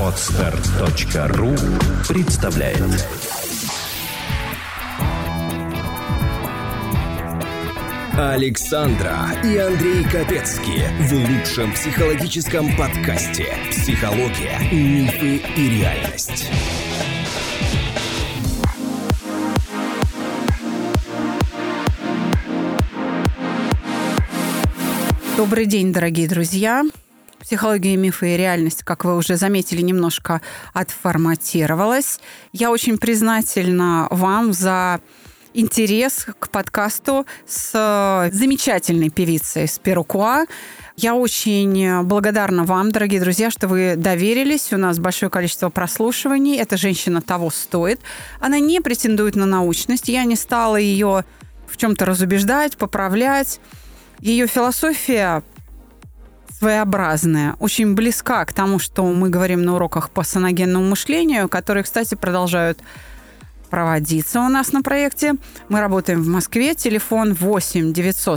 Podster.ru представляет. Александра и Андрей Капецки в лучшем психологическом подкасте «Психология, мифы и реальность». Добрый день, дорогие друзья. Психология, мифы и реальность, как вы уже заметили, немножко отформатировалась. Я очень признательна вам за интерес к подкасту с замечательной певицей с Перукуа. Я очень благодарна вам, дорогие друзья, что вы доверились. У нас большое количество прослушиваний. Эта женщина того стоит. Она не претендует на научность. Я не стала ее в чем-то разубеждать, поправлять. Ее философия своеобразная, очень близка к тому, что мы говорим на уроках по саногенному мышлению, которые, кстати, продолжают проводиться у нас на проекте. Мы работаем в Москве. Телефон 8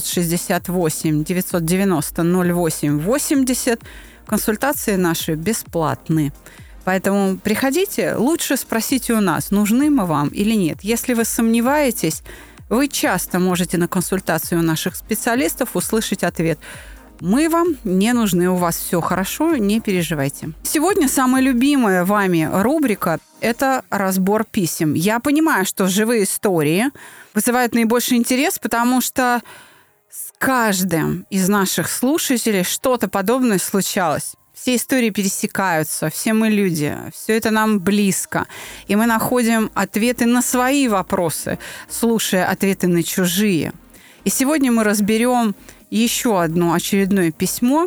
968 990 08 80. Консультации наши бесплатны. Поэтому приходите, лучше спросите у нас, нужны мы вам или нет. Если вы сомневаетесь, вы часто можете на консультации у наших специалистов услышать ответ: мы вам не нужны, у вас все хорошо, не переживайте. Сегодня самая любимая вами рубрика – это разбор писем. Я понимаю, что живые истории вызывают наибольший интерес, потому что с каждым из наших слушателей что-то подобное случалось. Все истории пересекаются, все мы люди, все это нам близко. И мы находим ответы на свои вопросы, слушая ответы на чужие. И сегодня мы разберем еще одно очередное письмо,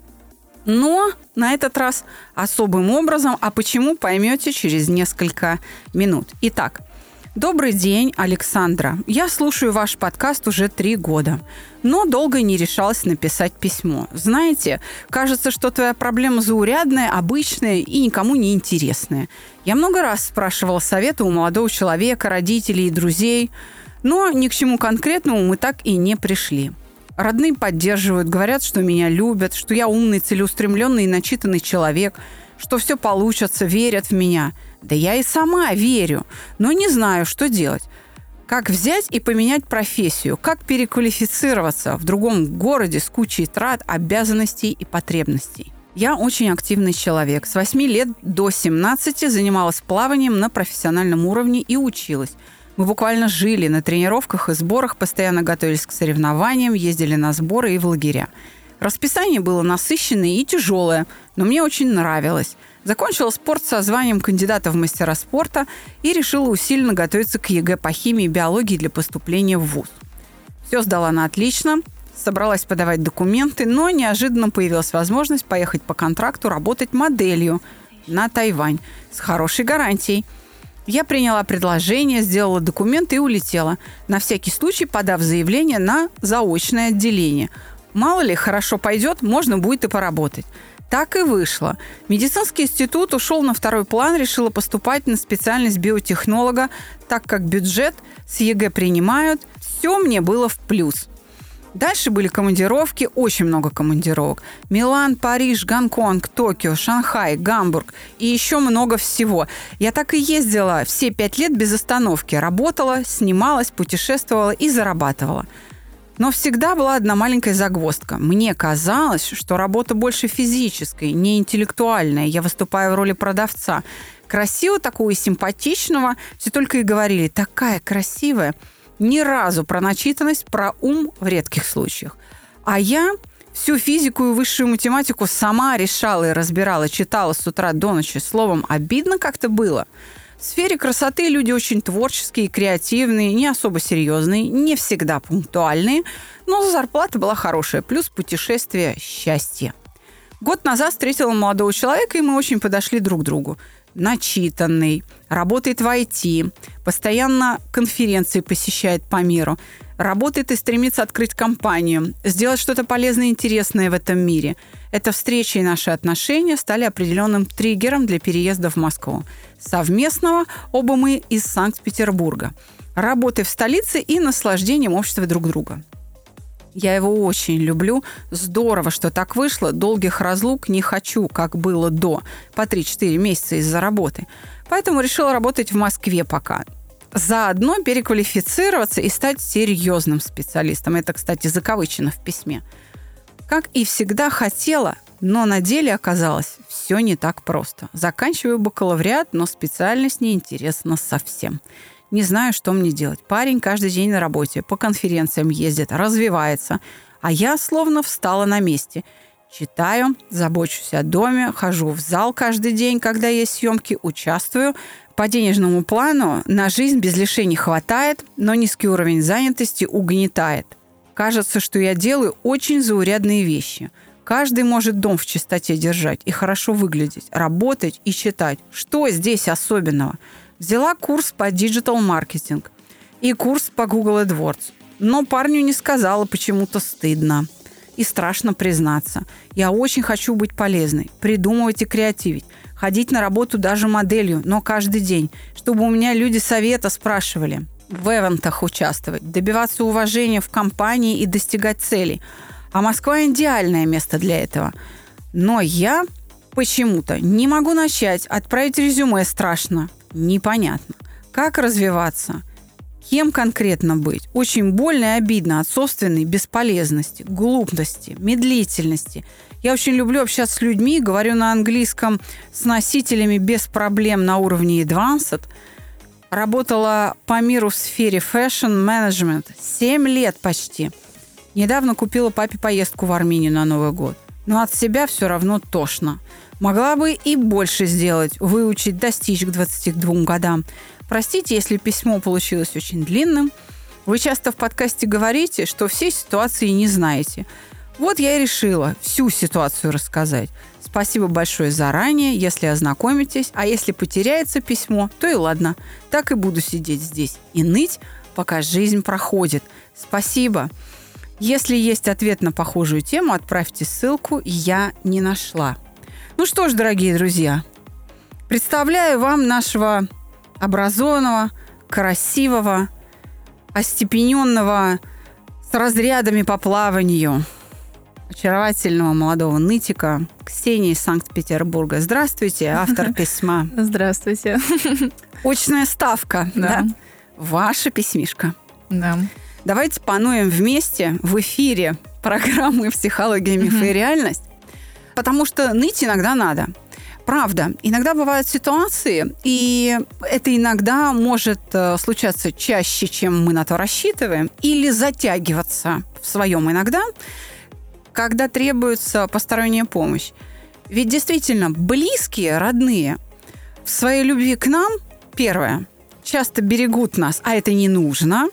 но на этот раз особым образом. А почему, поймете через несколько минут. Итак, добрый день, Александра. Я слушаю ваш подкаст уже 3 года, но долго не решалась написать письмо. Знаете, кажется, что твоя проблема заурядная, обычная и никому не интересная. Я много раз спрашивала совета у молодого человека, родителей и друзей, но ни к чему конкретному мы так и не пришли. Родные поддерживают, говорят, что меня любят, что я умный, целеустремленный и начитанный человек, что все получится, верят в меня. Да я и сама верю, но не знаю, что делать. Как взять и поменять профессию? Как переквалифицироваться в другом городе с кучей трат, обязанностей и потребностей? Я очень активный человек. С 8 лет до 17 занималась плаванием на профессиональном уровне и училась. Мы буквально жили на тренировках и сборах, постоянно готовились к соревнованиям, ездили на сборы и в лагеря. Расписание было насыщенное и тяжелое, но мне очень нравилось. Закончила спорт со званием кандидата в мастера спорта и решила усиленно готовиться к ЕГЭ по химии и биологии для поступления в вуз. Все сдала на отлично, собралась подавать документы, но неожиданно появилась возможность поехать по контракту работать моделью на Тайвань с хорошей гарантией. Я приняла предложение, сделала документы и улетела, на всякий случай подав заявление на заочное отделение. Мало ли, хорошо пойдет, можно будет и поработать. Так и вышло. Медицинский институт ушел на второй план, решила поступать на специальность биотехнолога, так как бюджет с ЕГЭ принимают. Все мне было в плюс. Дальше были командировки, очень много командировок. Милан, Париж, Гонконг, Токио, Шанхай, Гамбург и еще много всего. Я так и ездила все 5 лет без остановки. Работала, снималась, путешествовала и зарабатывала. Но всегда была одна маленькая загвоздка. Мне казалось, что работа больше физической, не интеллектуальная. Я выступаю в роли продавца. Красивого такого и симпатичного. Все только и говорили: такая красивая. Ни разу про начитанность, про ум в редких случаях. А я всю физику и высшую математику сама решала и разбирала, читала с утра до ночи. Словом, обидно как-то было. В сфере красоты люди очень творческие, креативные, не особо серьезные, не всегда пунктуальные, но зарплата была хорошая, плюс путешествие – счастье. Год назад встретила молодого человека, и мы очень подошли друг к другу. Начитанный, работает в IT, постоянно конференции посещает по миру, работает и стремится открыть компанию, сделать что-то полезное и интересное в этом мире. Эта встреча и наши отношения стали определенным триггером для переезда в Москву. Совместного оба мы из Санкт-Петербурга. Работой в столице и наслаждением общества друг друга. Я его очень люблю. Здорово, что так вышло. Долгих разлук не хочу, как было до. По 3-4 месяца из-за работы. Поэтому решила работать в Москве пока. Заодно переквалифицироваться и стать серьезным специалистом. Это, кстати, закавычено в письме. Как и всегда хотела, но на деле оказалось все не так просто. Заканчиваю бакалавриат, но специальность неинтересна совсем. Не знаю, что мне делать. Парень каждый день на работе, по конференциям ездит, развивается. А я словно встала на месте. Читаю, забочусь о доме, хожу в зал каждый день, когда есть съемки, участвую. По денежному плану на жизнь без лишений хватает, но низкий уровень занятости угнетает. Кажется, что я делаю очень заурядные вещи. Каждый может дом в чистоте держать и хорошо выглядеть, работать и читать. Что здесь особенного? Взяла курс по диджитал-маркетинг и курс по Google AdWords. Но парню не сказала, почему-то стыдно. И страшно признаться. Я очень хочу быть полезной, придумывать и креативить. Ходить на работу даже моделью, но каждый день. Чтобы у меня люди совета спрашивали. В эвентах участвовать, добиваться уважения в компании и достигать целей. А Москва – идеальное место для этого. Но я почему-то не могу начать. Отправить резюме страшно. Непонятно. Как развиваться? Кем конкретно быть? Очень больно и обидно от собственной бесполезности, глупости, медлительности. Я очень люблю общаться с людьми, говорю на английском с носителями без проблем на уровне Advanced. Работала по миру в сфере фэшн-менеджмент 7 лет почти. Недавно купила папе поездку в Армению на Новый год. Но от себя все равно тошно. Могла бы и больше сделать, выучить, достичь к 22 годам. Простите, если письмо получилось очень длинным. Вы часто в подкасте говорите, что все ситуации не знаете. Вот я и решила всю ситуацию рассказать. Спасибо большое заранее, если ознакомитесь. А если потеряется письмо, то и ладно. Так и буду сидеть здесь и ныть, пока жизнь проходит. Спасибо. Если есть ответ на похожую тему, отправьте ссылку, я не нашла. Ну что ж, дорогие друзья, представляю вам нашего образованного, красивого, остепененного, с разрядами по плаванию, очаровательного молодого нытика Ксении из Санкт-Петербурга. Здравствуйте, автор письма. Здравствуйте. Очная ставка, да? Ваша письмишка. Да. Давайте понуем вместе в эфире программы «Психология, мифы и реальность», потому что ныть иногда надо. Правда, иногда бывают ситуации, и это иногда может случаться чаще, чем мы на то рассчитываем, или затягиваться в своем иногда, когда требуется посторонняя помощь. Ведь действительно, близкие, родные в своей любви к нам, первое, часто берегут нас, а это не нужно,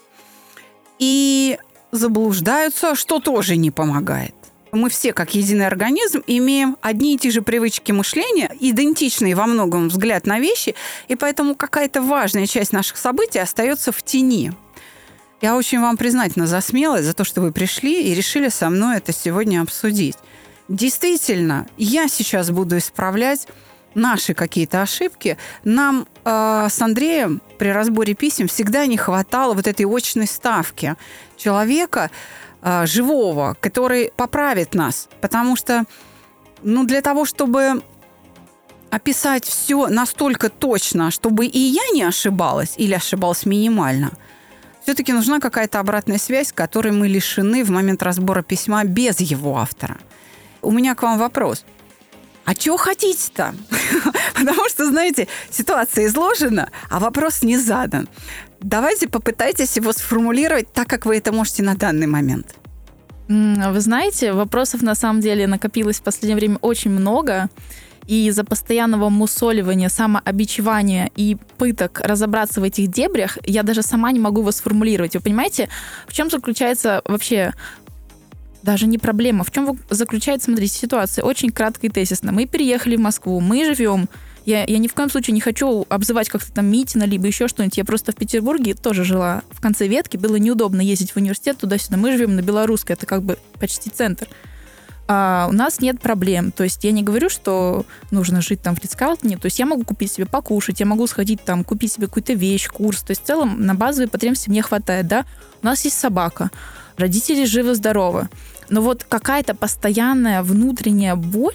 и заблуждаются, что тоже не помогает. Мы все, как единый организм, имеем одни и те же привычки мышления, идентичный во многом взгляд на вещи, и поэтому какая-то важная часть наших событий остается в тени. Я очень вам признательна за смелость, за то, что вы пришли и решили со мной это сегодня обсудить. Действительно, я сейчас буду исправлять наши какие-то ошибки. Нам с Андреем при разборе писем всегда не хватало вот этой очной ставки человека, живого, который поправит нас. Потому что для того, чтобы описать все настолько точно, чтобы и я не ошибалась или ошибалась минимально, все-таки нужна какая-то обратная связь, которой мы лишены в момент разбора письма без его автора. У меня к вам вопрос. А чего хотите-то? Потому что, знаете, ситуация изложена, а вопрос не задан. Давайте попытайтесь его сформулировать так, как вы это можете на данный момент. Вы знаете, вопросов на самом деле накопилось в последнее время очень много. И из-за постоянного мусоливания, самообичевания и пыток разобраться в этих дебрях, я даже сама не могу его сформулировать. Вы понимаете, в чем заключается вообще даже не проблема, в чем заключается, смотрите, ситуация очень кратко и тезисно. Мы переехали в Москву, мы живем. Я ни в коем случае не хочу обзывать как-то там Митина, либо еще что-нибудь. Я просто в Петербурге тоже жила в конце ветки. Было неудобно ездить в университет туда-сюда. Мы живем на Белорусской, это как бы почти центр. У нас нет проблем. То есть я не говорю, что нужно жить там в Ритц-Карлтоне. То есть я могу купить себе покушать, я могу сходить там, купить себе какую-то вещь, курс. То есть в целом на базовые потребности мне хватает, да. У нас есть собака. родители живы-здоровы. Но вот какая-то постоянная внутренняя боль,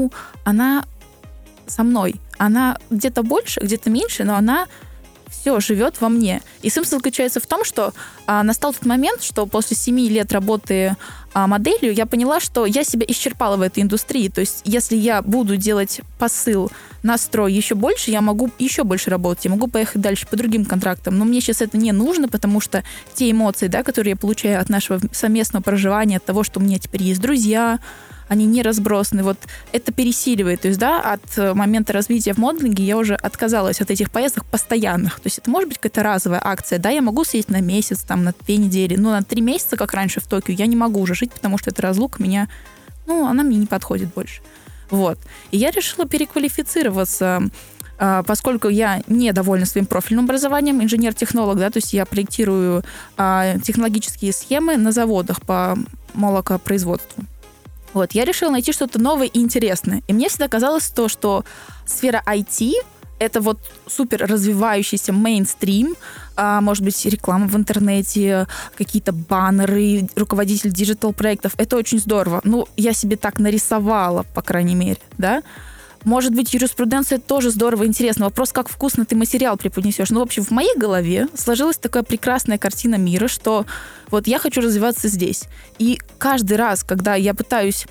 она со мной. Она где-то больше, где-то меньше, но она все живет во мне. И смысл заключается в том, что настал тот момент, что после 7 лет работы моделью я поняла, что я себя исчерпала в этой индустрии. То есть если я буду делать посыл, настрой еще больше, я могу еще больше работать, я могу поехать дальше по другим контрактам. Но мне сейчас это не нужно, потому что те эмоции, да, которые я получаю от нашего совместного проживания, от того, что у меня теперь есть друзья, они не разбросаны. Вот это пересиливает. То есть, да, от момента развития в моделинге я уже отказалась от этих поездок постоянных. То есть это может быть какая-то разовая акция. Да, я могу съездить на месяц, там, на 2 недели, но на 3 месяца, как раньше в Токио, я не могу уже жить, потому что эта разлука меня, она мне не подходит больше. Вот. И я решила переквалифицироваться, поскольку я недовольна своим профильным образованием, инженер-технолог, да, то есть я проектирую технологические схемы на заводах по молокопроизводству. Вот, я решила найти что-то новое и интересное. И мне всегда казалось то, что сфера IT — это вот супер развивающийся мейнстрим, может быть, реклама в интернете, какие-то баннеры, руководитель диджитал-проектов. Это очень здорово. Я себе так нарисовала, по крайней мере, да. Может быть, юриспруденция тоже здорово и интересно. Вопрос, как вкусно ты материал преподнесешь. В общем, в моей голове сложилась такая прекрасная картина мира, что вот я хочу развиваться здесь. И каждый раз, когда я пытаюсь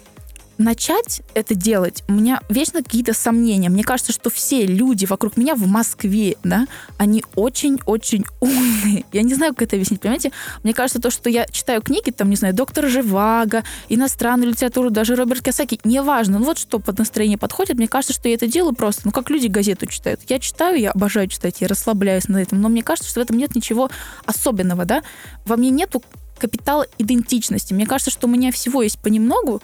начать это делать, у меня вечно какие-то сомнения. Мне кажется, что все люди вокруг меня в Москве, да, они очень-очень умные. Я не знаю, как это объяснить, понимаете? Мне кажется, то, что я читаю книги, там, не знаю, доктора Живаго, иностранную литературу, даже Роберт Кийосаки, неважно, вот что под настроение подходит, мне кажется, что я это делаю просто, как люди газету читают. Я читаю, я обожаю читать, я расслабляюсь над этим, но мне кажется, что в этом нет ничего особенного, да? Во мне нету капитала идентичности. Мне кажется, что у меня всего есть понемногу,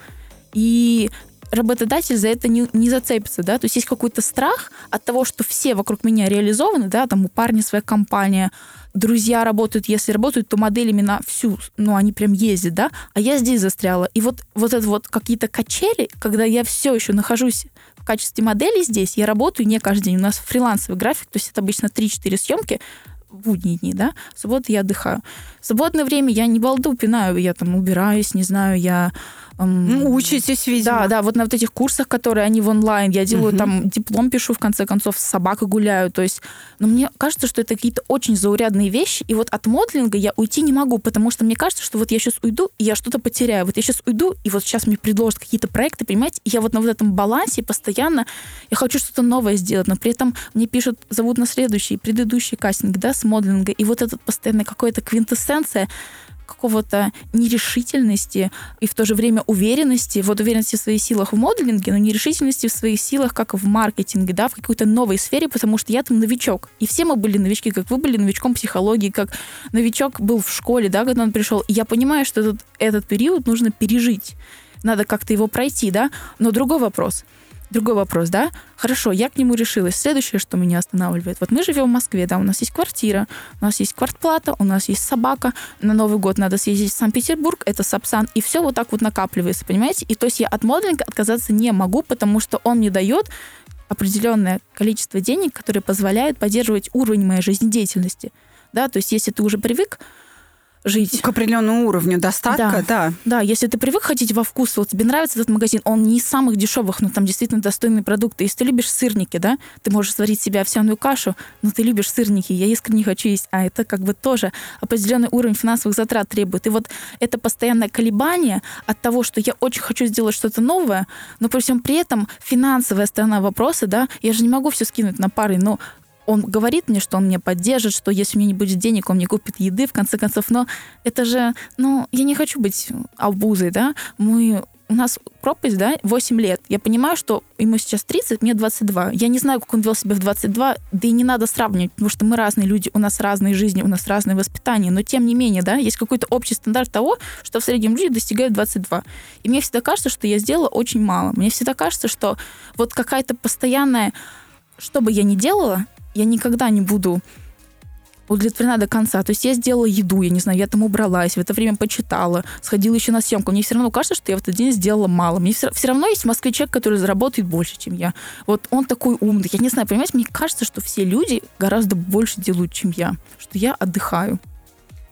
и работодатель за это не зацепится, да, то есть есть какой-то страх от того, что все вокруг меня реализованы, да, там у парня своя компания, друзья работают, если работают, то моделями на всю, они прям ездят, да, а я здесь застряла. И вот это вот какие-то качели, когда я все еще нахожусь в качестве модели здесь, я работаю не каждый день, у нас фрилансовый график, то есть это обычно 3-4 съемки, в будние дни, да, в субботу я отдыхаю. В свободное время я не балду пинаю, я там убираюсь, не знаю, я... Учитесь, видимо. Да, вот на вот этих курсах, которые они в онлайн, я делаю там диплом, пишу, в конце концов, с собакой гуляю, то есть, мне кажется, что это какие-то очень заурядные вещи, и вот от моделинга я уйти не могу, потому что мне кажется, что вот я сейчас уйду, и я что-то потеряю, вот я сейчас уйду, и вот сейчас мне предложат какие-то проекты, понимаете, и я вот на вот этом балансе постоянно, я хочу что-то новое сделать, но при этом мне пишут, зовут на следующий, предыдущий кастинг, да, с моделинга, и вот этот постоянно какая-то квинтэссенция какого-то нерешительности и в то же время уверенности, вот уверенности в своих силах в моделинге, но нерешительности в своих силах как в маркетинге, да, в какой-то новой сфере, потому что я там новичок. И все мы были новички, как вы были новичком психологии, как новичок был в школе, да, когда он пришел. И я понимаю, что этот период нужно пережить. Надо как-то его пройти, да. Но другой вопрос, да, хорошо, я к нему решилась. Следующее, что меня останавливает. Вот мы живем в Москве, да, у нас есть квартира, у нас есть квартплата, у нас есть собака. На Новый год надо съездить в Санкт-Петербург, это Сапсан, и все вот так вот накапливается, понимаете? И то есть я от моделинга отказаться не могу, потому что он мне дает определенное количество денег, которые позволяют поддерживать уровень моей жизнедеятельности. Да, то есть если ты уже привык жить к определенному уровню достатка, да. Да, если ты привык ходить во вкус, вот тебе нравится этот магазин, он не из самых дешевых, но там действительно достойные продукты. Если ты любишь сырники, да, ты можешь сварить себе овсяную кашу, но ты любишь сырники, я искренне хочу есть, а это как бы тоже определенный уровень финансовых затрат требует. И вот это постоянное колебание от того, что я очень хочу сделать что-то новое, но при всем при этом финансовая сторона вопроса, да, я же не могу все скинуть на пары, но он говорит мне, что он меня поддержит, что если у меня не будет денег, он мне купит еды, в конце концов. Но это же, я не хочу быть обузой, да. У нас пропасть, да, 8 лет. Я понимаю, что ему сейчас 30, мне 22. Я не знаю, как он вел себя в 22, да и не надо сравнивать, потому что мы разные люди, у нас разные жизни, у нас разное воспитание. Но тем не менее, да, есть какой-то общий стандарт того, что в среднем люди достигают 22. И мне всегда кажется, что я сделала очень мало. Мне всегда кажется, что вот какая-то постоянная... Что бы я ни делала, я никогда не буду удовлетворена до конца. То есть я сделала еду, я не знаю, я там убралась, в это время почитала, сходила еще на съемку. Мне все равно кажется, что я в этот день сделала мало. Мне все равно есть в Москве человек, который заработает больше, чем я. Вот он такой умный. Я не знаю, понимаете, мне кажется, что все люди гораздо больше делают, чем я. Что я отдыхаю.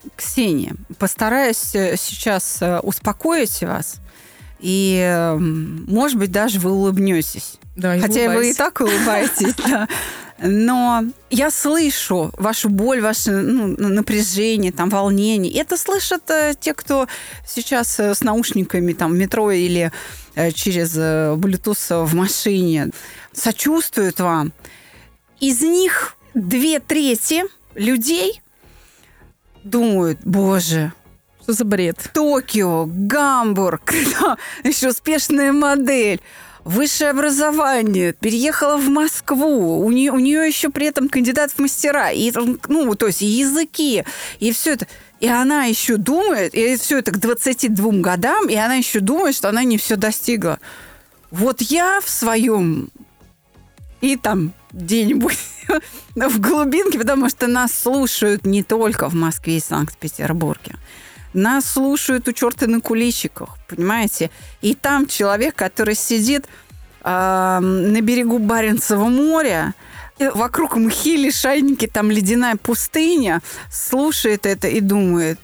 Ксения, постараюсь сейчас успокоить вас, и, может быть, даже вы улыбнетесь. Да, хотя вы и так улыбаетесь, да. Но я слышу вашу боль, ваше напряжение, там, волнение. Это слышат те, кто сейчас с наушниками там, в метро или через Bluetooth в машине. Сочувствуют вам. Из них 2/3 людей думают: боже, что за бред? Токио, Гамбург, еще успешная модель, высшее образование, переехала в Москву, у нее еще при этом кандидат в мастера, и, то есть и языки, и все это. И она еще думает, и все это к 22 годам, и она еще думает, что она не все достигла. Вот я в своем... И там где-нибудь в глубинке, потому что нас слушают не только в Москве и Санкт-Петербурге. Нас слушают у черта на куличиках, понимаете? И там человек, который сидит на берегу Баренцева моря, вокруг мхи, лишайники, там ледяная пустыня, слушает это и думает: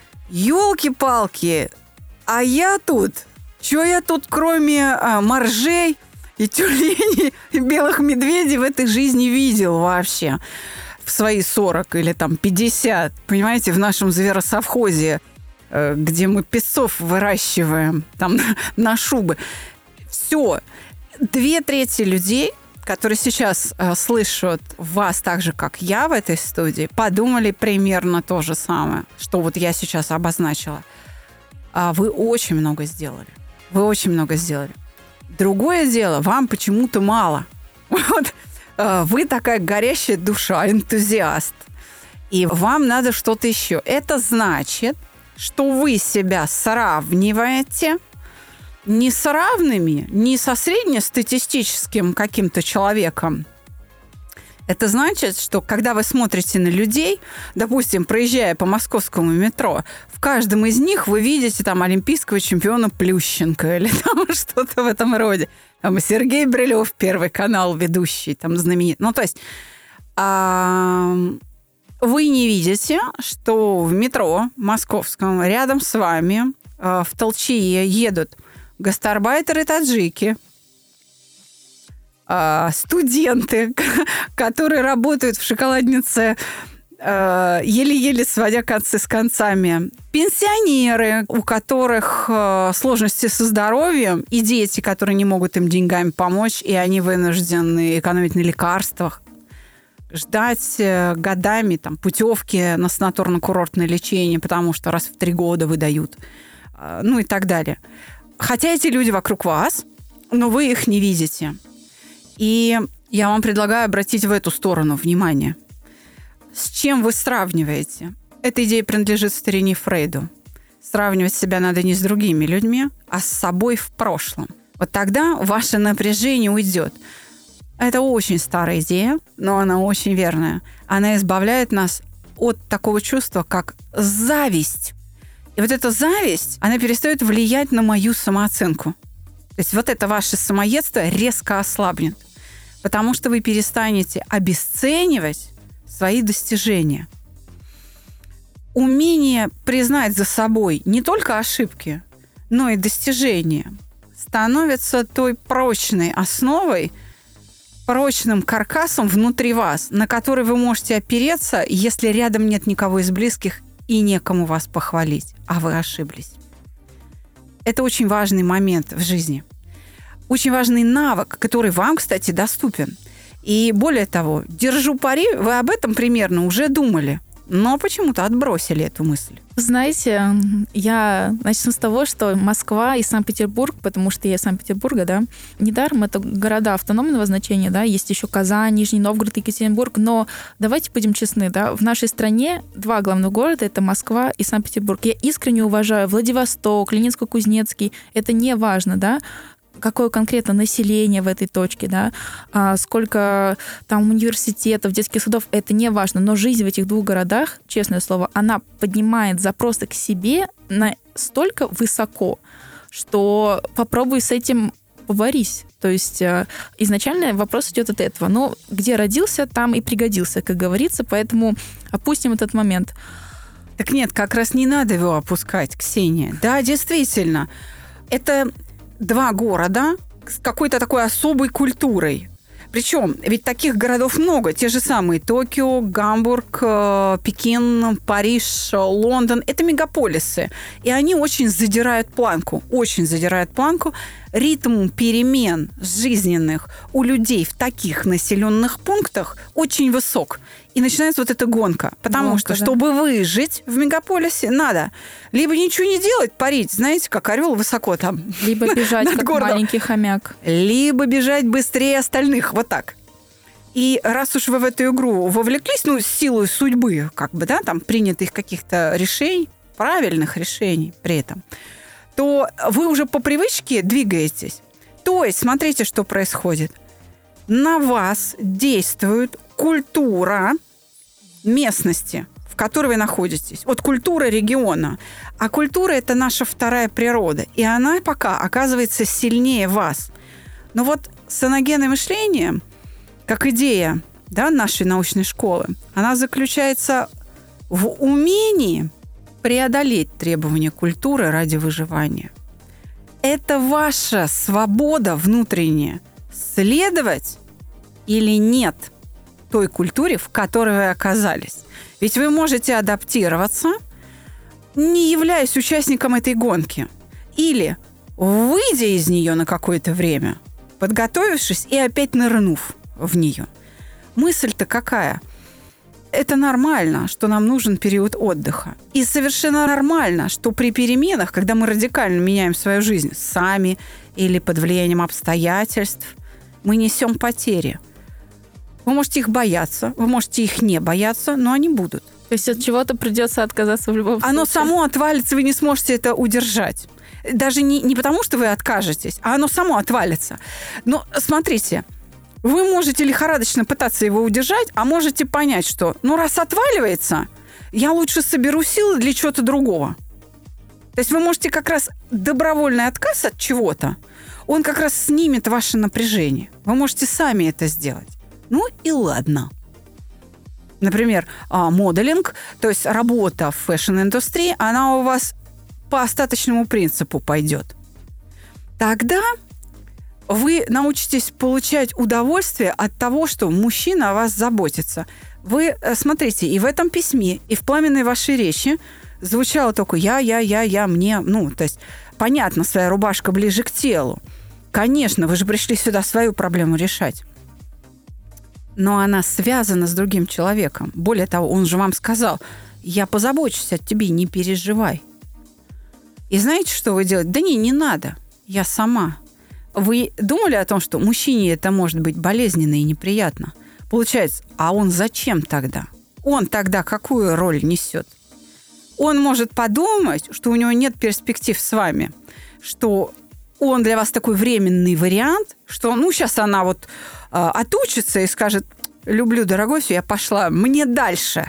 елки-палки, а я тут, что я тут кроме моржей и тюленей, и белых медведей в этой жизни видел вообще в свои 40 или там 50, понимаете, в нашем зверосовхозе, где мы песцов выращиваем там на шубы. Все. 2/3 людей, которые сейчас слышат вас так же, как я в этой студии, подумали примерно то же самое, что вот я сейчас обозначила. Вы очень много сделали. Вы очень много сделали. Другое дело, вам почему-то мало. Вот. Вы такая горящая душа, энтузиаст. И вам надо что-то еще. Это значит, что вы себя сравниваете не с равными, не со среднестатистическим каким-то человеком. Это значит, что когда вы смотрите на людей, допустим, проезжая по московскому метро, в каждом из них вы видите там олимпийского чемпиона Плющенко или там что-то в этом роде. Там Сергей Брилев, Первый канал, ведущий, там знаменит. То есть вы не видите, что в метро московском рядом с вами в толчее едут гастарбайтеры-таджики, студенты, которые работают в шоколаднице, еле-еле сводя концы с концами, пенсионеры, у которых сложности со здоровьем, и дети, которые не могут им деньгами помочь, и они вынуждены экономить на лекарствах, ждать годами там, путевки на санаторно-курортное лечение, потому что раз в 3 года выдают, и так далее. Хотя эти люди вокруг вас, но вы их не видите. И я вам предлагаю обратить в эту сторону внимание. С чем вы сравниваете? Эта идея принадлежит старине Фрейду. Сравнивать себя надо не с другими людьми, а с собой в прошлом. Вот тогда ваше напряжение уйдет. Это очень старая идея, но она очень верная. Она избавляет нас от такого чувства, как зависть. И вот эта зависть, она перестает влиять на мою самооценку. То есть вот это ваше самоедство резко ослабнет, потому что вы перестанете обесценивать свои достижения. Умение признать за собой не только ошибки, но и достижения становится той прочной основой, прочным каркасом внутри вас, на который вы можете опереться, если рядом нет никого из близких и некому вас похвалить, а вы ошиблись. Это очень важный момент в жизни. Очень важный навык, который вам, кстати, доступен. И более того, держу пари, вы об этом примерно уже думали, но почему-то отбросили эту мысль. Знаете, я начну с того, что Москва и Санкт-Петербург, потому что я из Санкт-Петербурга, да, недаром это города автономного значения, да, есть еще Казань, Нижний Новгород, Екатеринбург, но давайте будем честны, да, в нашей стране 2 главных города — это Москва и Санкт-Петербург. Я искренне уважаю Владивосток, Ленинско-Кузнецкий, это не важно, да, какое конкретно население в этой точке, да, сколько там университетов, детских садов, это не важно. Но жизнь в этих 2 городах, честное слово, она поднимает запросы к себе настолько высоко, что попробуй с этим поборись. То есть изначально вопрос идет от этого. Но где родился, там и пригодился, как говорится, поэтому опустим этот момент. Так нет, как раз не надо его опускать, Ксения. Да, действительно. Это 2 города с какой-то такой особой культурой. Причем, ведь таких городов много. Те же самые Токио, Гамбург, Пекин, Париж, Лондон. Это мегаполисы. И они очень задирают планку. Ритм перемен жизненных у людей в таких населенных пунктах очень высок. И начинается вот эта гонка. Потому что, чтобы выжить в мегаполисе, надо либо ничего не делать, парить, знаете, как орел высоко там. Либо бежать, как маленький хомяк. Либо бежать быстрее остальных. Вот так. И раз уж вы в эту игру вовлеклись, с силой судьбы, там принятых каких-то решений, правильных решений при этом, то вы уже по привычке двигаетесь. То есть, смотрите, что происходит. На вас действует культура местности, в которой вы находитесь. Вот культура региона. А культура – это наша вторая природа. И она пока оказывается сильнее вас. Но вот саногенное мышление, как идея нашей научной школы, она заключается в умении преодолеть требования культуры ради выживания. Это ваша свобода внутренняя. Следовать или нет той культуре, в которой вы оказались. Ведь вы можете адаптироваться, не являясь участником этой гонки. Или выйдя из нее на какое-то время, подготовившись и опять нырнув в нее. Мысль-то какая? Это нормально, что нам нужен период отдыха. И совершенно нормально, что при переменах, когда мы радикально меняем свою жизнь сами или под влиянием обстоятельств, мы несем потери. Вы можете их бояться, вы можете их не бояться, но они будут. То есть от чего-то придется отказаться в любом случае? Оно само отвалится, вы не сможете это удержать. Даже не потому, что вы откажетесь, а оно само отвалится. Но смотрите, вы можете лихорадочно пытаться его удержать, а можете понять, что раз отваливается, я лучше соберу силы для чего-то другого. То есть вы можете как раз добровольный отказ от чего-то, он как раз снимет ваше напряжение. Вы можете сами это сделать. И ладно. Например, моделинг, то есть работа в фэшн-индустрии, она у вас по остаточному принципу пойдет. Тогда вы научитесь получать удовольствие от того, что мужчина о вас заботится. Вы, смотрите, и в этом письме, и в пламенной вашей речи звучало только я, мне. То есть, понятно, своя рубашка ближе к телу. Конечно, вы же пришли сюда свою проблему решать. Но она связана с другим человеком. Более того, он же вам сказал, я позабочусь о тебе, не переживай. И знаете, что вы делаете? Да не надо, я сама. Вы думали о том, что мужчине это может быть болезненно и неприятно? Получается, а он зачем тогда? Он тогда какую роль несет? Он может подумать, что у него нет перспектив с вами, что он для вас такой временный вариант, что сейчас она отучится и скажет, люблю, дорогой, все, я пошла, мне дальше.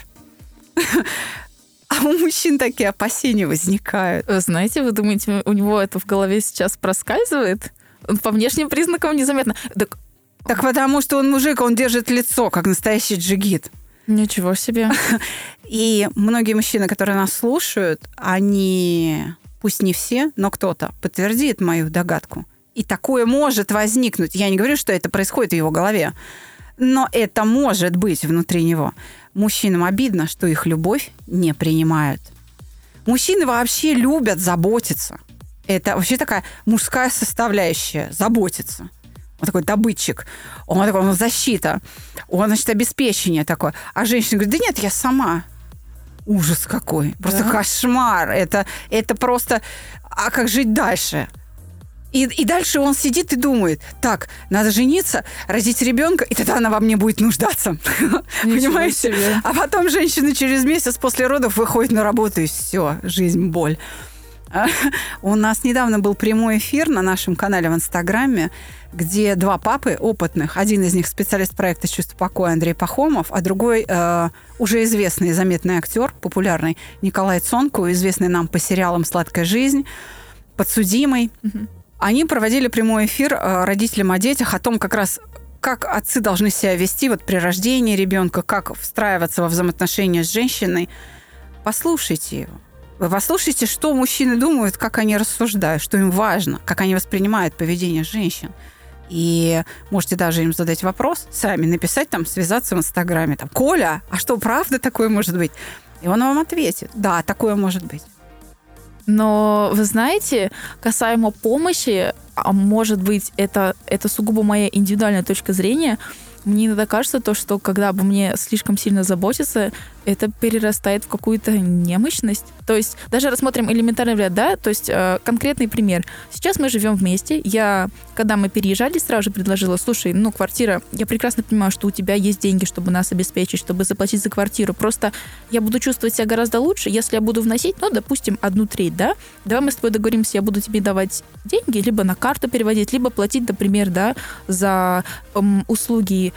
А у мужчин такие опасения возникают. Вы знаете, вы думаете, у него это в голове сейчас проскальзывает? По внешним признакам незаметно. Так потому что он мужик, он держит лицо, как настоящий джигит. Ничего себе. И многие мужчины, которые нас слушают, они, пусть не все, но кто-то подтвердит мою догадку. И такое может возникнуть. Я не говорю, что это происходит в его голове, но это может быть внутри него. Мужчинам обидно, что их любовь не принимают. Мужчины вообще любят заботиться. Это вообще такая мужская составляющая – заботиться. Он такой добытчик, он такой, защита, он, обеспечение такое. А женщина говорит, да нет, я сама. Ужас какой, просто кошмар. Это просто, а как жить дальше? И дальше он сидит и думает, так, надо жениться, родить ребенка, и тогда она во мне будет нуждаться. Понимаете? Себе. А потом женщина через месяц после родов выходит на работу, и все, жизнь, боль. У нас недавно был прямой эфир на нашем канале в Инстаграме, где 2 папы опытных, один из них специалист проекта «Чувство покоя» Андрей Пахомов, а другой уже известный и заметный актер, популярный Николай Цонко, известный нам по сериалам «Сладкая жизнь», «Подсудимый». Угу. Они проводили прямой эфир родителям о детях, о том как раз, как отцы должны себя вести при рождении ребенка, как встраиваться во взаимоотношения с женщиной. послушайте его. Вы послушайте, что мужчины думают, как они рассуждают, что им важно, как они воспринимают поведение женщин. И можете даже им задать вопрос, сами написать, там, связаться в Инстаграме. Там, Коля, а что, правда такое может быть? И он вам ответит, да, такое может быть. Но, вы знаете, касаемо помощи, а может быть, это сугубо моя индивидуальная точка зрения, мне иногда кажется, что когда обо мне слишком сильно заботятся, это перерастает в какую-то немощность. То есть даже рассмотрим элементарный вариант, да, то есть конкретный пример. Сейчас мы живем вместе. Когда мы переезжали, сразу же предложила, слушай, квартира, я прекрасно понимаю, что у тебя есть деньги, чтобы нас обеспечить, чтобы заплатить за квартиру. Просто я буду чувствовать себя гораздо лучше, если я буду вносить, допустим, 1/3, да? Давай мы с тобой договоримся, я буду тебе давать деньги, либо на карту переводить, либо платить, например, да, за услуги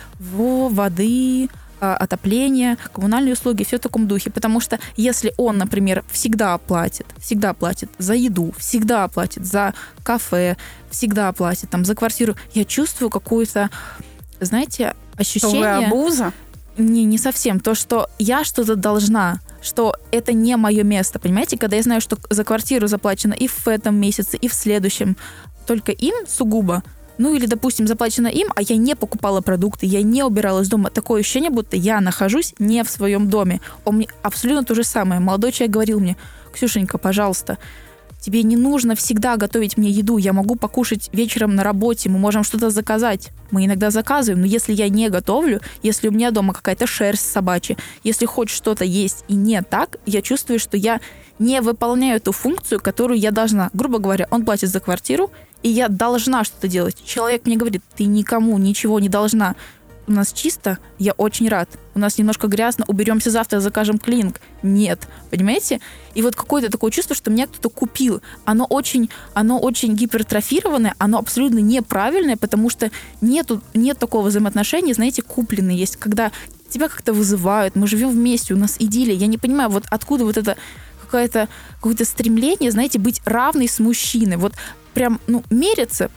воды, отопление, коммунальные услуги, все в таком духе. Потому что если он, например, всегда платит за еду, всегда платит за кафе, всегда платит там за квартиру, я чувствую какое-то, знаете, ощущение... Абуза? Не совсем. То, что я что-то должна, что это не мое место, понимаете? Когда я знаю, что за квартиру заплачено и в этом месяце, и в следующем, только им сугубо, или, допустим, заплачено им, а я не покупала продукты, я не убирала из дома. Такое ощущение, будто я нахожусь не в своем доме. Он мне абсолютно то же самое. Молодой человек говорил мне, Ксюшенька, пожалуйста, тебе не нужно всегда готовить мне еду. Я могу покушать вечером на работе, мы можем что-то заказать. Мы иногда заказываем, но если я не готовлю, если у меня дома какая-то шерсть собачья, если хоть что-то есть и не так, я чувствую, что я не выполняю ту функцию, которую я должна. Грубо говоря, он платит за квартиру, и я должна что-то делать. Человек мне говорит, ты никому ничего не должна. У нас чисто, я очень рад. У нас немножко грязно, уберемся завтра, закажем клининг. Нет, понимаете? И вот какое-то такое чувство, что меня кто-то купил. Оно очень гипертрофированное, оно абсолютно неправильное, потому что нет такого взаимоотношения, знаете, купленное есть, когда тебя как-то вызывают, мы живем вместе, у нас идиллия. Я не понимаю, вот откуда вот это какое-то стремление, знаете, быть равной с мужчиной. Вот прям, мериться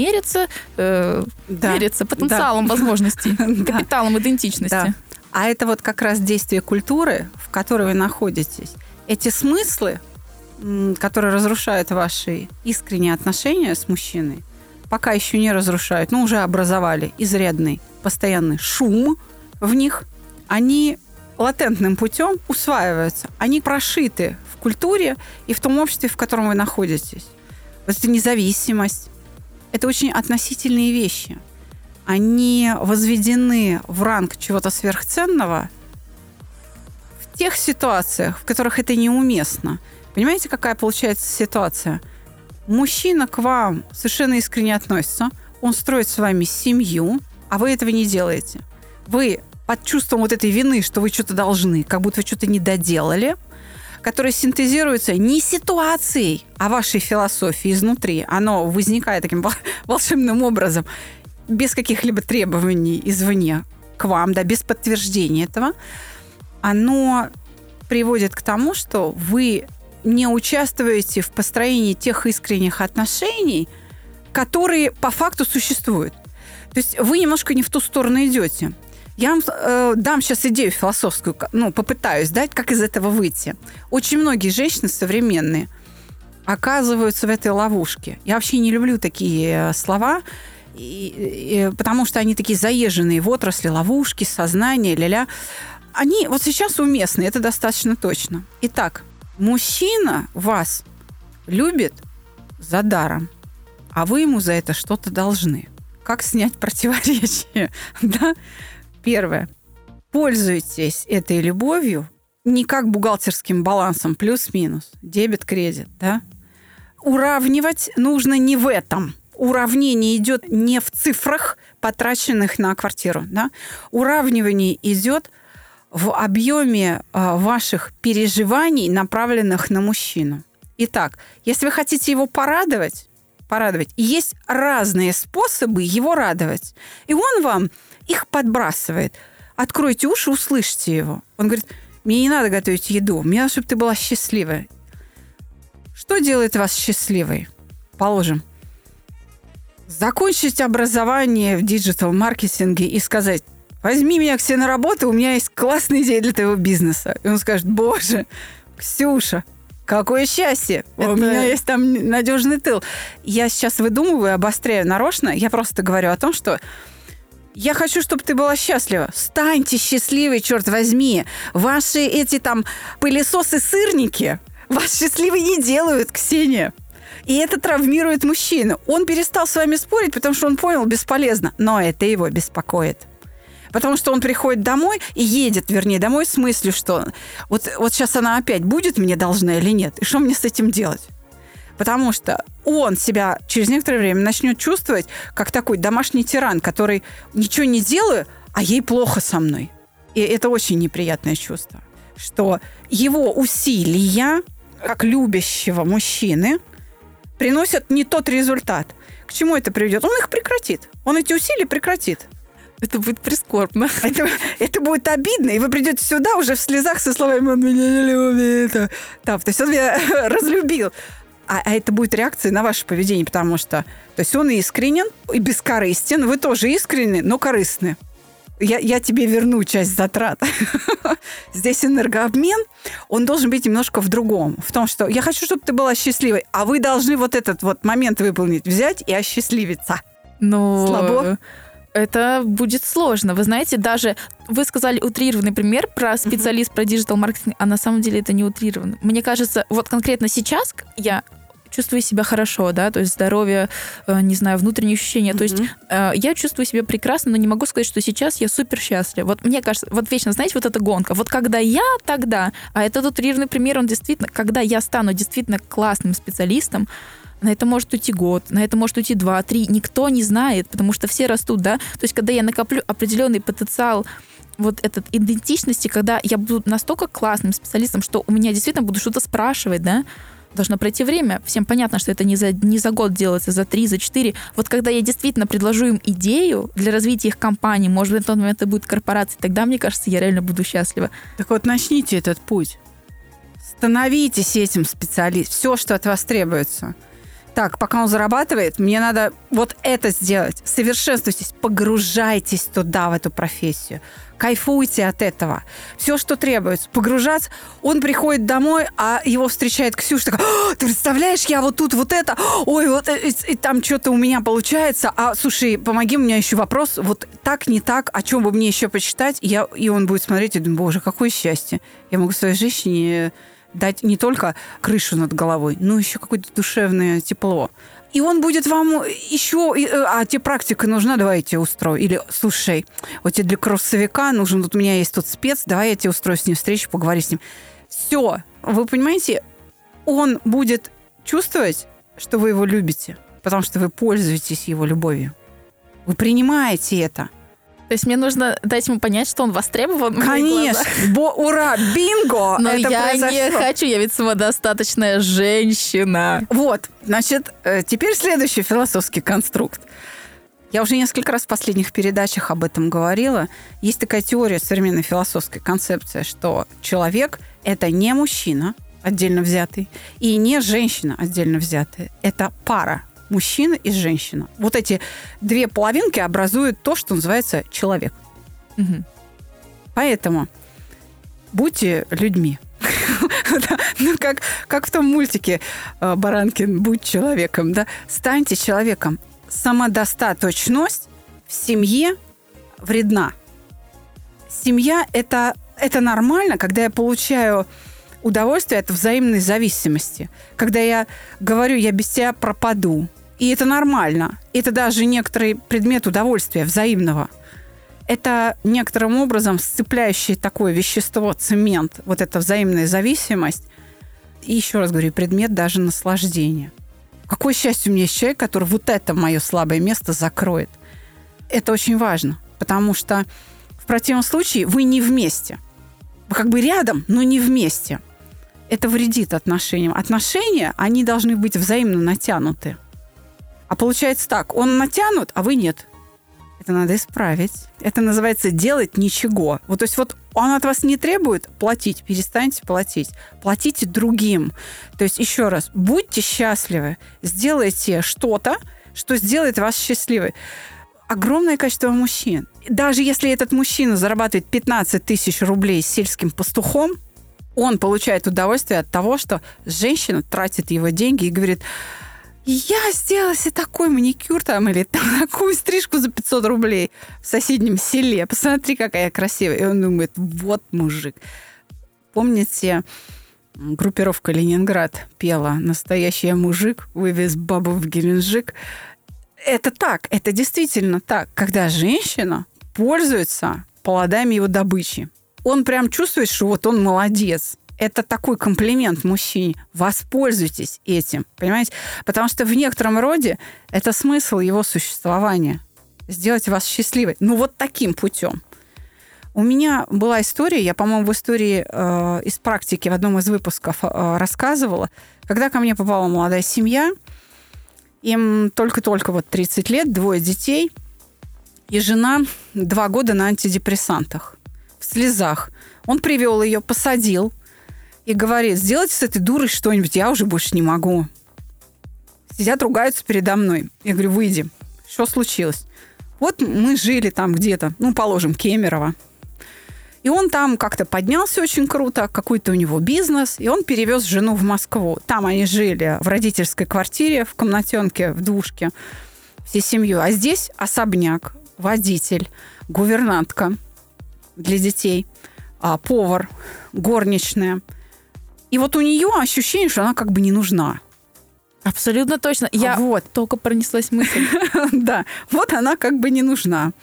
потенциалом возможностей, капиталом идентичности. Да. А это вот как раз действие культуры, в которой вы находитесь. Эти смыслы, которые разрушают ваши искренние отношения с мужчиной, пока еще не разрушают, уже образовали изрядный постоянный шум в них, они латентным путем усваиваются. Они прошиты в культуре и в том обществе, в котором вы находитесь. Вот эта независимость – это очень относительные вещи. Они возведены в ранг чего-то сверхценного в тех ситуациях, в которых это неуместно. Понимаете, какая получается ситуация? Мужчина к вам совершенно искренне относится, он строит с вами семью, а вы этого не делаете. Вы под чувством вот этой вины, что вы что-то должны, как будто вы что-то не доделали, которое синтезируется не ситуацией, а вашей философией изнутри. Оно возникает таким волшебным образом, без каких-либо требований извне к вам, да, без подтверждения этого. Оно приводит к тому, что вы не участвуете в построении тех искренних отношений, которые по факту существуют. То есть вы немножко не в ту сторону идете. Я вам дам сейчас идею философскую, попытаюсь дать, как из этого выйти. Очень многие женщины современные оказываются в этой ловушке. Я вообще не люблю такие слова, потому что они такие заезженные в отрасли, ловушки, сознание, ля-ля. Они вот сейчас уместны, это достаточно точно. Итак, мужчина вас любит за даром, а вы ему за это что-то должны. Как снять противоречие? Да? Первое. Пользуйтесь этой любовью не как бухгалтерским балансом плюс-минус, дебет-кредит, да? Уравнивать нужно не в этом. Уравнение идет не в цифрах, потраченных на квартиру, да? Уравнивание идет в объеме ваших переживаний, направленных на мужчину. Итак, если вы хотите его порадовать, есть разные способы его радовать. И он вам их подбрасывает. Откройте уши, услышьте его. Он говорит, мне не надо готовить еду, мне надо, чтобы ты была счастливой. Что делает вас счастливой? Положим, закончить образование в диджитал-маркетинге и сказать, возьми меня к себе на работу, у меня есть классная идея для твоего бизнеса. И он скажет, боже, Ксюша, какое счастье! У меня есть там надежный тыл. Я сейчас выдумываю, обостряю нарочно. Я просто говорю о том, что я хочу, чтобы ты была счастлива. Станьте счастливой, черт возьми. Ваши эти там пылесосы-сырники вас счастливой не делают, Ксения. И это травмирует мужчину. Он перестал с вами спорить, потому что он понял, бесполезно. Но это его беспокоит. Потому что он приходит домой и едет, вернее, домой с мыслью, что вот сейчас она опять будет мне должна или нет, и что мне с этим делать? Потому что он себя через некоторое время начнет чувствовать как такой домашний тиран, который ничего не делаю, а ей плохо со мной. И это очень неприятное чувство, что его усилия, как любящего мужчины, приносят не тот результат. К чему это приведет? Он их прекратит. Он эти усилия прекратит. Это будет прискорбно. Это будет обидно, и вы придете сюда уже в слезах со словами «он меня не любит». То есть он меня разлюбил. А это будет реакция на ваше поведение, потому что то есть он искренен и бескорыстен, вы тоже искренны, но корыстны. Я тебе верну часть затрат. Здесь энергообмен, он должен быть немножко в другом. В том, что я хочу, чтобы ты была счастливой, а вы должны вот этот вот момент выполнить, взять и осчастливиться. Слабо? Это будет сложно. Вы знаете, даже вы сказали утрированный пример про специалист по диджитал-маркетингу, а на самом деле это не утрированно. Мне кажется, вот конкретно сейчас я чувствую себя хорошо, да, то есть здоровье, не знаю, внутренние ощущения. То есть я чувствую себя прекрасно, но не могу сказать, что сейчас я супер счастлива. Вот мне кажется, вот вечно, знаете, вот эта гонка. Вот когда я, тогда. А этот утрированный пример, он действительно, когда я стану действительно классным специалистом, на это может уйти год, на это может уйти 2-3. Никто не знает, потому что все растут, да. То есть, когда я накоплю определенный потенциал вот этот идентичности, когда я буду настолько классным специалистом, что у меня действительно буду что-то спрашивать, да, должно пройти время. Всем понятно, что это не за год делается, за 3, за 4. Вот когда я действительно предложу им идею для развития их компании, может быть, в тот момент это будет корпорация, тогда, мне кажется, я реально буду счастлива. Так вот, начните этот путь. Становитесь этим специалистом. Все, что от вас требуется. Так, пока он зарабатывает, мне надо вот это сделать. Совершенствуйтесь, погружайтесь туда, в эту профессию. Кайфуйте от этого. Все, что требуется, погружаться. Он приходит домой, а его встречает Ксюша. Такая: ты представляешь, я вот тут вот это, ой, вот и там что-то у меня получается. А, слушай, помоги, у меня еще вопрос. Вот так, не так, о чем бы мне еще почитать? И он будет смотреть и думать: боже, какое счастье. Я могу своей женщине дать не только крышу над головой, но еще какое-то душевное тепло. И он будет вам еще... А тебе практика нужна, давай я тебе устрою. Или, слушай, вот тебе для кроссовика нужен... Вот у меня есть тут спец, давай я тебе устрою с ним встречу, поговори с ним. Все. Вы понимаете, он будет чувствовать, что вы его любите, потому что вы пользуетесь его любовью. Вы принимаете это. То есть мне нужно дать ему понять, что он востребован. Конечно. Ура, бинго! Но это я произошло. не хочу, я ведь самодостаточная женщина. Вот, значит, теперь следующий философский конструкт. Я уже несколько раз в последних передачах об этом говорила. Есть такая теория современной философской концепции, что человек – это не мужчина отдельно взятый и не женщина отдельно взятая. Это пара. Мужчина и женщина. Вот эти две половинки образуют то, что называется человек. Угу. Поэтому будьте людьми. Ну, как в том мультике Баранкин «Будь человеком». Да? Станьте человеком. Самодостаточность в семье вредна. Семья – это нормально, когда я получаю удовольствие от взаимной зависимости. Когда я говорю: я без тебя пропаду. И это нормально. Это даже некоторый предмет удовольствия взаимного. Это некоторым образом сцепляющее такое вещество, цемент, вот эта взаимная зависимость. И еще раз говорю, предмет даже наслаждения. Какое счастье у меня есть человек, который вот это мое слабое место закроет. Это очень важно, потому что в противном случае вы не вместе. Вы как бы рядом, но не вместе. Это вредит отношениям. Отношения, они должны быть взаимно натянуты. А получается так, он натянут, а вы нет. Это надо исправить. Это называется делать ничего. Вот, то есть вот он от вас не требует платить, перестаньте платить. Платите другим. То есть еще раз, будьте счастливы, сделайте что-то, что сделает вас счастливой. Огромное количество мужчин. Даже если этот мужчина зарабатывает 15 тысяч рублей с сельским пастухом, Он получает удовольствие от того, что женщина тратит его деньги и говорит: я сделала себе такой маникюр там, или там, такую стрижку за 500 рублей в соседнем селе. Посмотри, какая я красивая. И он думает: вот мужик. Помните, группировка «Ленинград» пела «Настоящий я мужик, вывез бабу в Геленджик». Это так, это действительно так. Когда женщина пользуется плодами его добычи, он прям чувствует, что вот он молодец. Это такой комплимент мужчине. Воспользуйтесь этим, понимаете? Потому что в некотором роде это смысл его существования. Сделать вас счастливой. Ну, вот таким путем. У меня была история, я, по-моему, в истории из практики в одном из выпусков рассказывала, когда ко мне попала молодая семья, им только-только вот 30 лет, 2 детей, и жена 2 года на антидепрессантах, в слезах. Он привел ее, посадил и говорит: сделайте с этой дурой что-нибудь, я уже больше не могу. Сидят, ругаются передо мной. Я говорю: выйди. Что случилось? Вот мы жили там где-то, ну, положим, Кемерово. И он там как-то поднялся очень круто, какой-то у него бизнес, и он перевез жену в Москву. Там они жили в родительской квартире, в комнатенке, в двушке, всей семьей. А здесь особняк, водитель, гувернантка для детей, повар, горничная. И вот у нее ощущение, что она как бы не нужна. Абсолютно точно. Я только пронеслась мысль. Да, вот она как бы не нужна.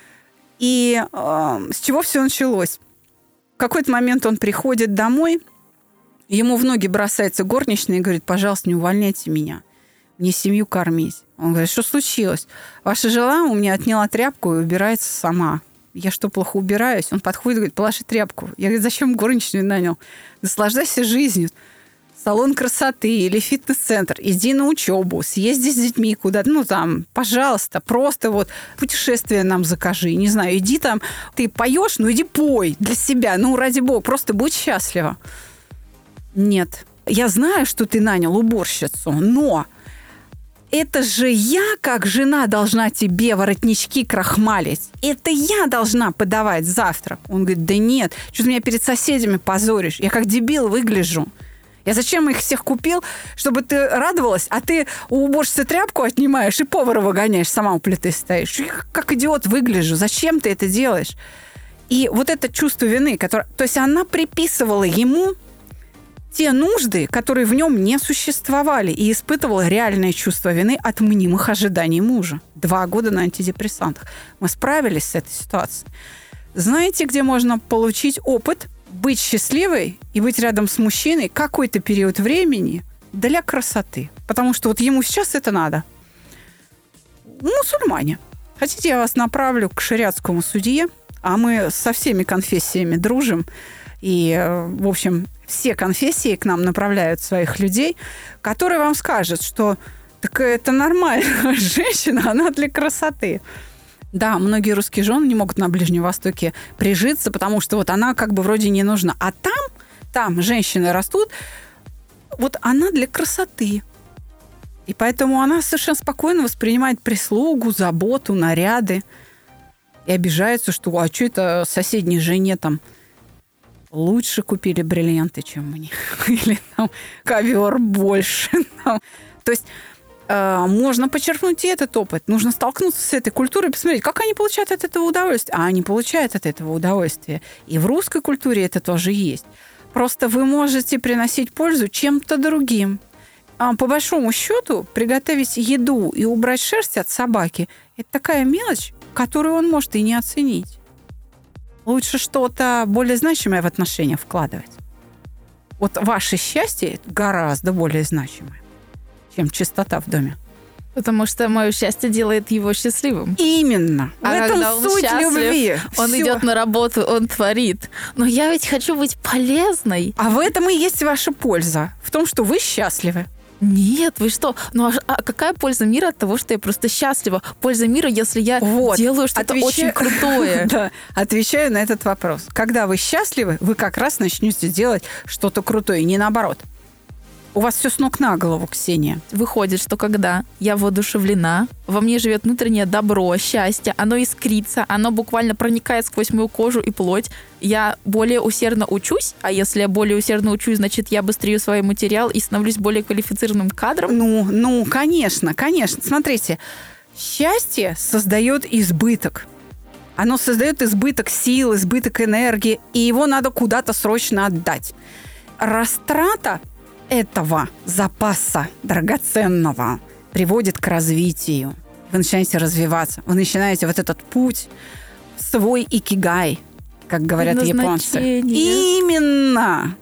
И с чего все началось? В какой-то момент он приходит домой, ему в ноги бросается горничная и говорит: пожалуйста, не увольняйте меня, мне семью кормить. Он говорит: что случилось? Ваша жена у меня отняла тряпку и убирается сама. Я что, плохо убираюсь? Он подходит и говорит: положи тряпку. Я говорю: зачем горничную нанял? Наслаждайся жизнью. Салон красоты или фитнес-центр, иди на учебу, съезди с детьми куда-то, ну там, пожалуйста, просто вот путешествие нам закажи, не знаю, иди там, ты поешь, ну иди пой для себя, ну ради бога, просто будь счастлива. Нет, я знаю, что ты нанял уборщицу, но это же я, как жена, должна тебе воротнички крахмалить. Это я должна подавать завтрак. Он говорит: да нет, что ты меня перед соседями позоришь, я как дебил выгляжу. Я зачем их всех купил, чтобы ты радовалась, а ты у уборщицы тряпку отнимаешь и повара выгоняешь, сама у плиты стоишь. Я как идиот выгляжу. Зачем ты это делаешь? И вот это чувство вины, которое... То есть она приписывала ему те нужды, которые в нем не существовали, и испытывала реальное чувство вины от мнимых ожиданий мужа. 2 года на антидепрессантах. Мы справились с этой ситуацией. Знаете, где можно получить опыт быть счастливой и быть рядом с мужчиной какой-то период времени для красоты? Потому что вот ему сейчас это надо. Мусульмане. Хотите, я вас направлю к шариатскому судье? А мы со всеми конфессиями дружим. И, в общем, все конфессии к нам направляют своих людей, которые вам скажут, что так это нормально. Женщина, она для красоты. Да, многие русские жены не могут на Ближнем Востоке прижиться, потому что вот она как бы вроде не нужна. А там женщины растут, вот она для красоты. И поэтому она совершенно спокойно воспринимает прислугу, заботу, наряды. И обижается, что а что это соседней жене там лучше купили бриллианты, чем мне. Или там ковер больше. То есть... можно подчеркнуть и этот опыт. Нужно столкнуться с этой культурой и посмотреть, как они получают от этого удовольствие. А они получают от этого удовольствие. И в русской культуре это тоже есть. Просто вы можете приносить пользу чем-то другим. По большому счету, приготовить еду и убрать шерсть от собаки – это такая мелочь, которую он может и не оценить. Лучше что-то более значимое в отношения вкладывать. Вот ваше счастье гораздо более значимое, чем чистота в доме. Потому что мое счастье делает его счастливым. Именно. А в этом суть любви. Он Всё. идет на работу, он творит. Но я ведь хочу быть полезной. А в этом и есть ваша польза. В том, что вы счастливы. Нет, вы что? Ну а какая польза мира от того, что я просто счастлива? Польза мира, если я делаю что-то очень крутое. Да, отвечаю на этот вопрос. Когда вы счастливы, вы как раз начнете делать что-то крутое, не наоборот. У вас все с ног на голову, Ксения. Выходит, что когда я воодушевлена, во мне живет внутреннее добро, счастье, оно искрится, оно буквально проникает сквозь мою кожу и плоть. Я более усердно учусь, а если я более усердно учусь, значит, я быстрее усваиваю материал и становлюсь более квалифицированным кадром. Ну, конечно. Смотрите, счастье создает избыток. Оно создает избыток сил, избыток энергии, и его надо куда-то срочно отдать. Растрата этого запаса драгоценного приводит к развитию. Вы начинаете развиваться, вы начинаете вот этот путь в свой икигай, как говорят японцы. Именно!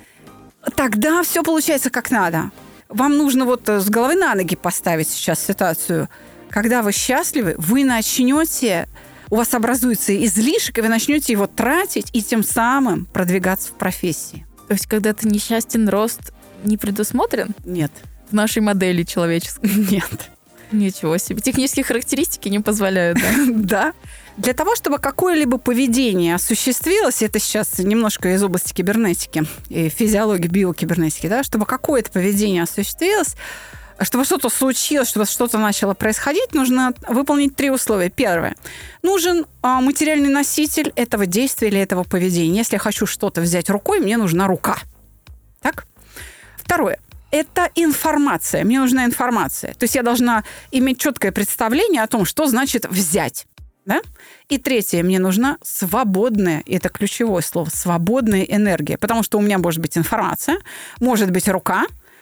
Тогда все получается как надо. Вам нужно вот с головы на ноги поставить сейчас ситуацию. Когда вы счастливы, вы начнете, у вас образуется излишек, и вы начнете его тратить и тем самым продвигаться в профессии. То есть, когда ты несчастен, рост не предусмотрен? Нет. В нашей модели человеческой? Нет. Ничего себе. Технические характеристики не позволяют, да? Да. Для того, чтобы какое-либо поведение осуществилось, это сейчас немножко из области кибернетики и физиологии, биокибернетики, да, чтобы какое-то поведение осуществилось, чтобы что-то случилось, чтобы что-то начало происходить, нужно выполнить 3 условия. Первое. Нужен материальный носитель этого действия или этого поведения. Если я хочу что-то взять рукой, мне нужна рука. Так? Второе. Это информация. Мне нужна информация. То есть я должна иметь четкое представление о том, что значит взять. Да? И третье. Мне нужна свободная, и это ключевое слово, свободная энергия. Потому что у меня может быть информация, может быть рука,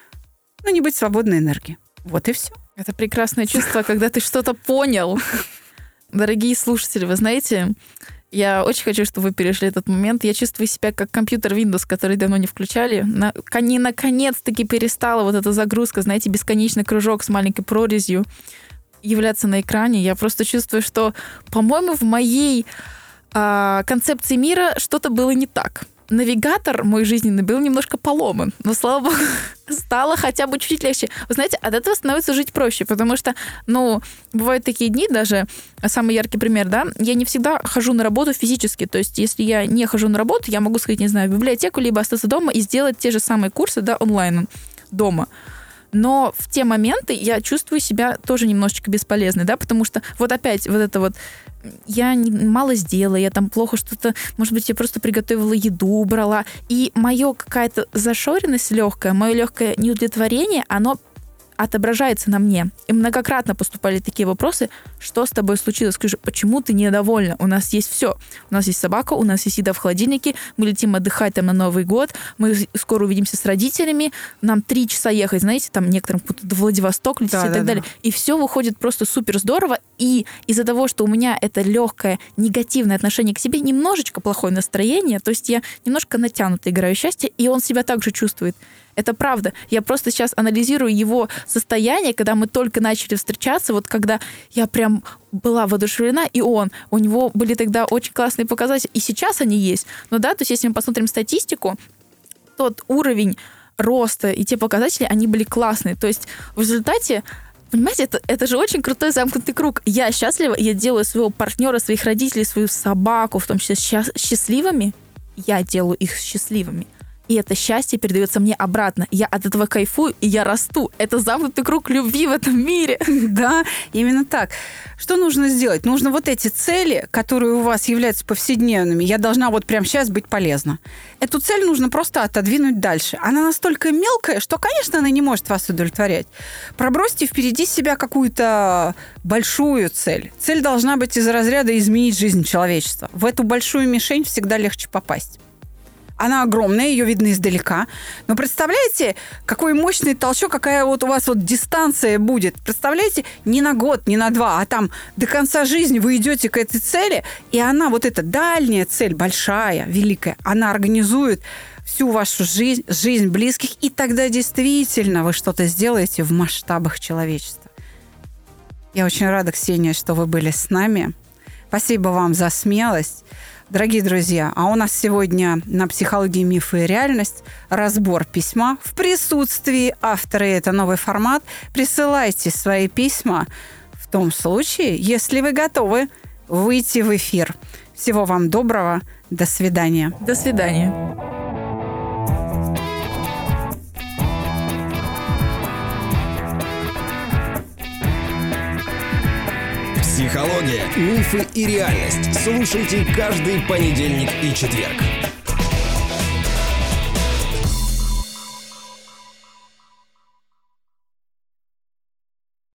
но не быть свободной энергией. Вот и все. Это прекрасное чувство, когда ты что-то понял. Дорогие слушатели, вы знаете, я очень хочу, чтобы вы перешли этот момент. Я чувствую себя как компьютер Windows, который давно не включали. Наконец-таки перестала вот эта загрузка, знаете, бесконечный кружок с маленькой прорезью являться на экране. Я просто чувствую, что, по-моему, в моей концепции мира что-то было не так. Навигатор мой жизненный был немножко поломан, но, слава богу, стало хотя бы чуть легче. Вы знаете, от этого становится жить проще, потому что, бывают такие дни даже, самый яркий пример, да, я не всегда хожу на работу физически, то есть если я не хожу на работу, я могу сходить, не знаю, в библиотеку, либо остаться дома и сделать те же самые курсы, да, онлайн дома. Но в те моменты я чувствую себя тоже немножечко бесполезной, да, потому что вот опять вот это вот я мало сделала, я там плохо что-то, может быть, я просто приготовила еду, убрала. И моя какая-то зашоренность легкая, мое легкое неудовлетворение, оно отображается на мне. И многократно поступали такие вопросы: что с тобой случилось? Скажи, почему ты недовольна? У нас есть все. У нас есть собака, у нас есть еда в холодильнике, мы летим отдыхать там на Новый год, мы скоро увидимся с родителями, нам 3 часа ехать, знаете, там некоторым в Владивосток лететь и так далее. И все выходит просто супер здорово. И из-за того, что у меня это легкое негативное отношение к себе, немножечко плохое настроение, то есть я немножко натянуто играю счастье, и он себя также чувствует. Это правда. Я просто сейчас анализирую его состояние, когда мы только начали встречаться, вот когда я прям была воодушевлена, и у него были тогда очень классные показатели, и сейчас они есть. Но да, то есть если мы посмотрим статистику, тот уровень роста и те показатели, они были классные. То есть в результате, понимаете, это же очень крутой замкнутый круг. Я счастлива, я делаю своего партнера, своих родителей, свою собаку, в том числе счастливыми. Я делаю их счастливыми. И это счастье передается мне обратно. Я от этого кайфую, и я расту. Это замкнутый круг любви в этом мире. Да, именно так. Что нужно сделать? Нужно вот эти цели, которые у вас являются повседневными, я должна вот прямо сейчас быть полезна. Эту цель нужно просто отодвинуть дальше. Она настолько мелкая, что, конечно, она не может вас удовлетворять. Пробросьте впереди себя какую-то большую цель. Цель должна быть из разряда изменить жизнь человечества. В эту большую мишень всегда легче попасть. Она огромная, ее видно издалека. Но представляете, какой мощный толчок, какая вот у вас вот дистанция будет. Представляете, не на год, не на 2, а там до конца жизни вы идете к этой цели, и она, вот эта дальняя цель, большая, великая, она организует всю вашу жизнь, жизнь близких, и тогда действительно вы что-то сделаете в масштабах человечества. Я очень рада, Ксения, что вы были с нами. Спасибо вам за смелость. Дорогие друзья, а у нас сегодня на «Психологии, мифы и реальность» разбор письма в присутствии автора. Это новый формат. Присылайте свои письма в том случае, если вы готовы выйти в эфир. Всего вам доброго. До свидания. До свидания. Психология, мифы и реальность. Слушайте каждый понедельник и четверг.